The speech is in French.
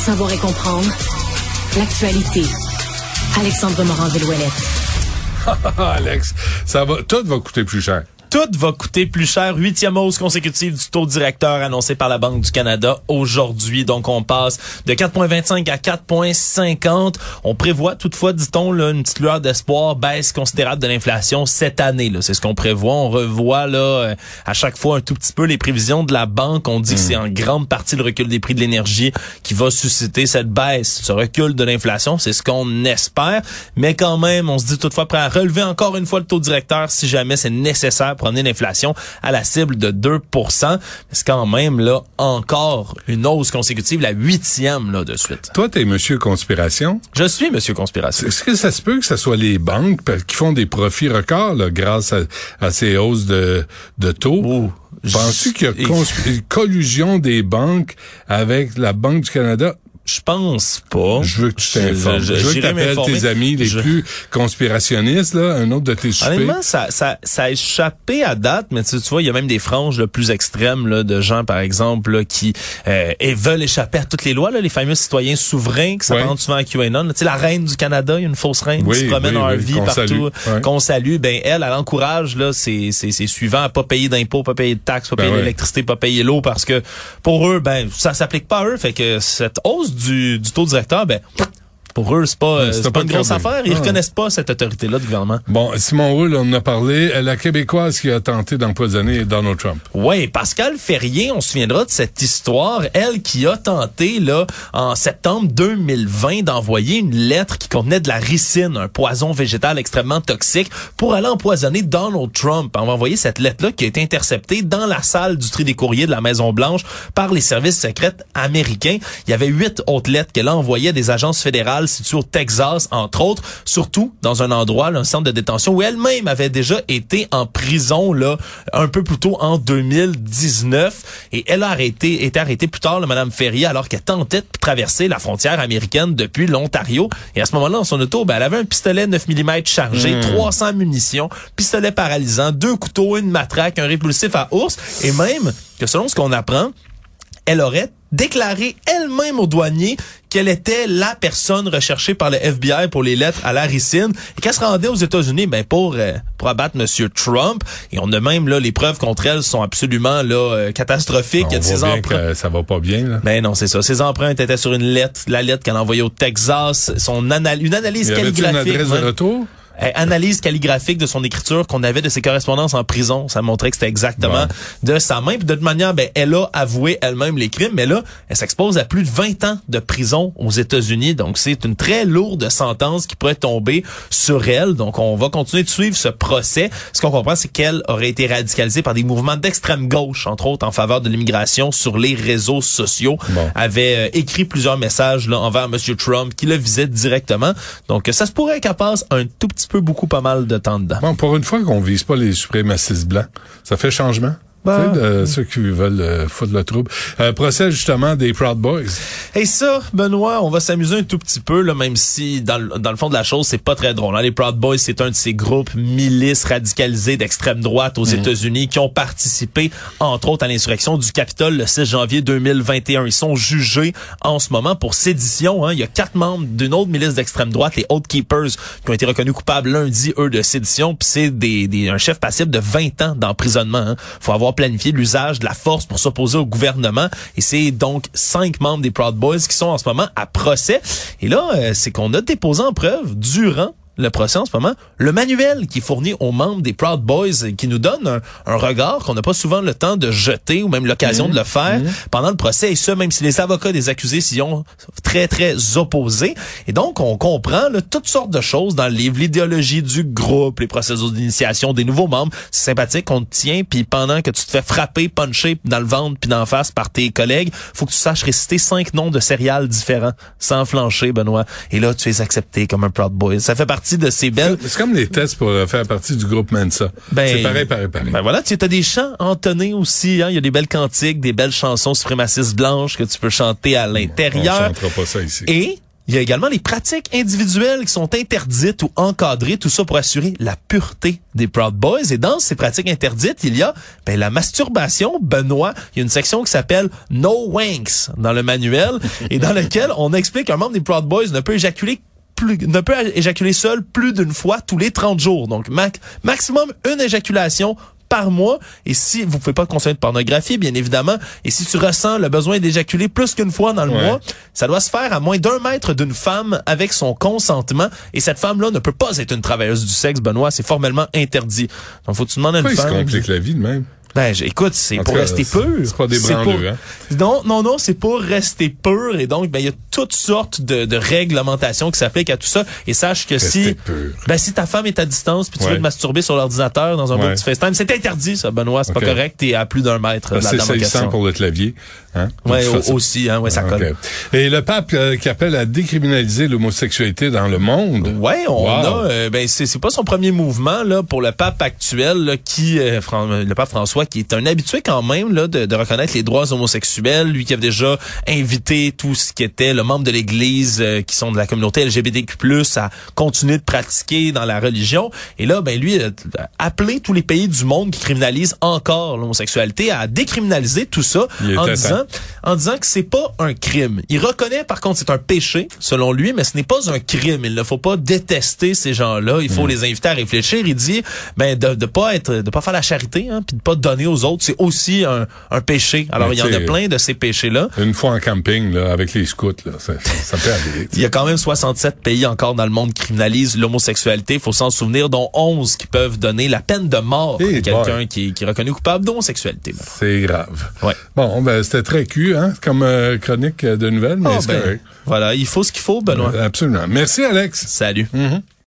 Savoir et comprendre l'actualité. Alexandre Morin-Villouellette. Alex, tout va coûter plus cher. Tout va coûter plus cher. 8e hausse consécutive du taux directeur annoncé par la Banque du Canada aujourd'hui. Donc, on passe de 4,25 à 4,50. On prévoit toutefois, dit-on, là, une petite lueur d'espoir, baisse considérable de l'inflation cette année. Là. C'est ce qu'on prévoit. On revoit là à chaque fois un tout petit peu les prévisions de la banque. On dit que c'est en grande partie le recul des prix de l'énergie qui va susciter cette baisse, ce recul de l'inflation. C'est ce qu'on espère. Mais quand même, on se dit toutefois prêt à relever encore une fois le taux directeur si jamais c'est nécessaire pour amener l'inflation à la cible de 2%. Mais c'est quand même là encore une hausse consécutive, la 8e là de suite. Toi, t'es monsieur conspiration. Je suis monsieur conspiration. Est-ce que ça se peut que ce soit les banques qui font des profits records là, grâce à ces hausses de taux? Ouh. Penses-tu qu'il y a une collusion des banques avec la Banque du Canada? Je pense pas. Je veux que tu t'informes. Je veux que tu appelles tes amis les plus conspirationnistes, là, un autre de tes soupers. Honnêtement, ça a échappé à date, mais tu vois, il y a même des franges là, plus extrêmes là, de gens, par exemple, là, qui veulent échapper à toutes les lois, là, les fameux citoyens souverains qui s'apparentent souvent à QAnon. Tu sais, la reine du Canada, il y a une fausse reine qui se promène en RV partout, qu'on salue. Ben elle encourage là ses suivants à pas payer d'impôts, pas payer de taxes, pas payer d'électricité, pas payer l'eau, parce que pour eux, ben ça s'applique pas à eux. Fait que cette hausse du taux directeur, ben pour eux, c'est pas une grosse affaire. Ils reconnaissent pas cette autorité-là du gouvernement. Bon, Simon Roule, on en a parlé. La Québécoise qui a tenté d'empoisonner Donald Trump. Oui, Pascale Ferrier, on se souviendra de cette histoire. Elle qui a tenté, là, en septembre 2020, d'envoyer une lettre qui contenait de la ricine, un poison végétal extrêmement toxique, pour aller empoisonner Donald Trump. On va envoyer cette lettre-là qui a été interceptée dans la salle du tri des courriers de la Maison-Blanche par les services secrets américains. Il y avait 8 autres lettres qu'elle a envoyées à des agences fédérales situé au Texas, entre autres, surtout dans un endroit, là, un centre de détention où elle-même avait déjà été en prison là un peu plus tôt en 2019. Et elle a été arrêtée plus tard, là, Madame Ferrier, alors qu'elle tentait de traverser la frontière américaine depuis l'Ontario. Et à ce moment-là, dans son auto, ben, elle avait un pistolet 9 mm chargé, 300 munitions, pistolet paralysant, 2 couteaux, une matraque, un répulsif à ours, et même que selon ce qu'on apprend, elle aurait déclaré elle-même aux douaniers qu'elle était la personne recherchée par le FBI pour les lettres à la ricine et qu'elle se rendait aux États-Unis pour abattre Monsieur Trump. Et on a même là les preuves contre elle sont absolument là catastrophiques. On voit bien que ça va pas bien là. Ben non, c'est ça. Ses empreintes étaient sur une lettre, la lettre qu'elle a envoyée au Texas, une analyse calligraphique. Une adresse de retour? Analyse calligraphique de son écriture qu'on avait de ses correspondances en prison. Ça montrait que c'était exactement de sa main. Puis de toute manière, ben, elle a avoué elle-même les crimes, mais là, elle s'expose à plus de 20 ans de prison aux États-Unis. Donc, c'est une très lourde sentence qui pourrait tomber sur elle. Donc, on va continuer de suivre ce procès. Ce qu'on comprend, c'est qu'elle aurait été radicalisée par des mouvements d'extrême gauche, entre autres en faveur de l'immigration sur les réseaux sociaux. Avait écrit plusieurs messages là envers M. Trump qui le visait directement. Donc, ça se pourrait qu'elle passe un tout petit pas mal de temps dedans. Bon, pour une fois qu'on vise pas les suprémacistes blancs, ça fait changement. Ceux qui veulent foutre le trouble. Procès justement des Proud Boys. Et ça, Benoît, on va s'amuser un tout petit peu, là, même si dans le fond de la chose, c'est pas très drôle. Hein. Les Proud Boys, c'est un de ces groupes milices radicalisés d'extrême droite aux États-Unis qui ont participé, entre autres, à l'insurrection du Capitole le 6 janvier 2021. Ils sont jugés en ce moment pour sédition. Hein. Il y a 4 membres d'une autre milice d'extrême droite, les Oath Keepers, qui ont été reconnus coupables lundi, eux, de sédition. Puis c'est un chef passible de 20 ans d'emprisonnement. Hein. Faut avoir planifié l'usage de la force pour s'opposer au gouvernement. Et c'est donc 5 membres des Proud Boys qui sont en ce moment à procès. Et là, c'est qu'on a déposé en preuve durant le procès en ce moment, le manuel qui est fourni aux membres des Proud Boys qui nous donne un regard qu'on n'a pas souvent le temps de jeter ou même l'occasion de le faire pendant le procès, et ça même si les avocats des accusés s'y ont très très opposés. Et donc on comprend là, toutes sortes de choses dans le livre, l'idéologie du groupe, les procédures d'initiation des nouveaux membres. C'est sympathique, on te tient, puis pendant que tu te fais frapper, puncher dans le ventre puis d'en face par tes collègues, faut que tu saches réciter 5 noms de céréales différents sans flancher, Benoît. Et là tu es accepté comme un Proud Boy. Ça fait partie de ces belles... C'est comme les tests pour faire partie du groupe Mensa. C'est pareil. Ben voilà, tu as des chants entonnés aussi. Hein. Il y a des belles cantiques, des belles chansons suprémacistes blanches que tu peux chanter à l'intérieur. On chantera pas ça ici. Et Il y a également les pratiques individuelles qui sont interdites ou encadrées, tout ça pour assurer la pureté des Proud Boys. Et dans ces pratiques interdites, il y a la masturbation. Benoît, il y a une section qui s'appelle No Wanks dans le manuel et dans lequel on explique qu'un membre des Proud Boys ne peut éjaculer seul plus d'une fois tous les 30 jours. Donc, maximum une éjaculation par mois. Et si vous pouvez pas consommer de pornographie, bien évidemment, et si tu ressens le besoin d'éjaculer plus qu'une fois dans le mois, ça doit se faire à moins d'1 mètre d'une femme avec son consentement. Et cette femme-là ne peut pas être une travailleuse du sexe, Benoît. C'est formellement interdit. Donc, faut que tu demandes à une femme. Pourquoi il se complique la vie de même? Ben, écoute, c'est pour rester pur. C'est pas des branleux, hein? Non, c'est pour rester pur. Et donc, il y a toutes sortes de réglementations qui s'appliquent à tout ça. Et sache que si ta femme est à distance puis tu veux te masturber sur l'ordinateur dans un beau petit FaceTime, c'est interdit, ça, Benoît. C'est pas correct. T'es à plus d'1 mètre de la demarcation. C'est saisissant pour le clavier, hein? Aussi, hein, ça colle. Et le pape qui appelle à décriminaliser l'homosexualité dans le monde. Ouais, c'est pas son premier mouvement, là, pour le pape actuel, là, le pape François, qui est un habitué quand même là de reconnaître les droits homosexuels, lui qui avait déjà invité tout ce qui était le membre de l'Église qui sont de la communauté LGBTQ+, à continuer de pratiquer dans la religion. Et là, lui a appelé tous les pays du monde qui criminalisent encore l'homosexualité à décriminaliser tout ça en disant que c'est pas un crime. Il reconnaît par contre c'est un péché selon lui, mais ce n'est pas un crime. Il ne faut pas détester ces gens-là. Il faut les inviter à réfléchir. Il dit de pas faire la charité, hein, puis de pas donner aux autres, c'est aussi un péché. Alors, il y en a plein de ces péchés-là. Une fois en camping, là, avec les scouts, là, ça peut aller. Il y a quand même 67 pays encore dans le monde qui criminalisent l'homosexualité. Il faut s'en souvenir, dont 11 qui peuvent donner la peine de mort à quelqu'un qui est reconnu coupable d'homosexualité. C'est grave. Ouais. Bon, c'était très cul, hein, comme chronique de nouvelles, mais c'est correct. Voilà, il faut ce qu'il faut, Benoît. Absolument. Merci, Alex. Salut.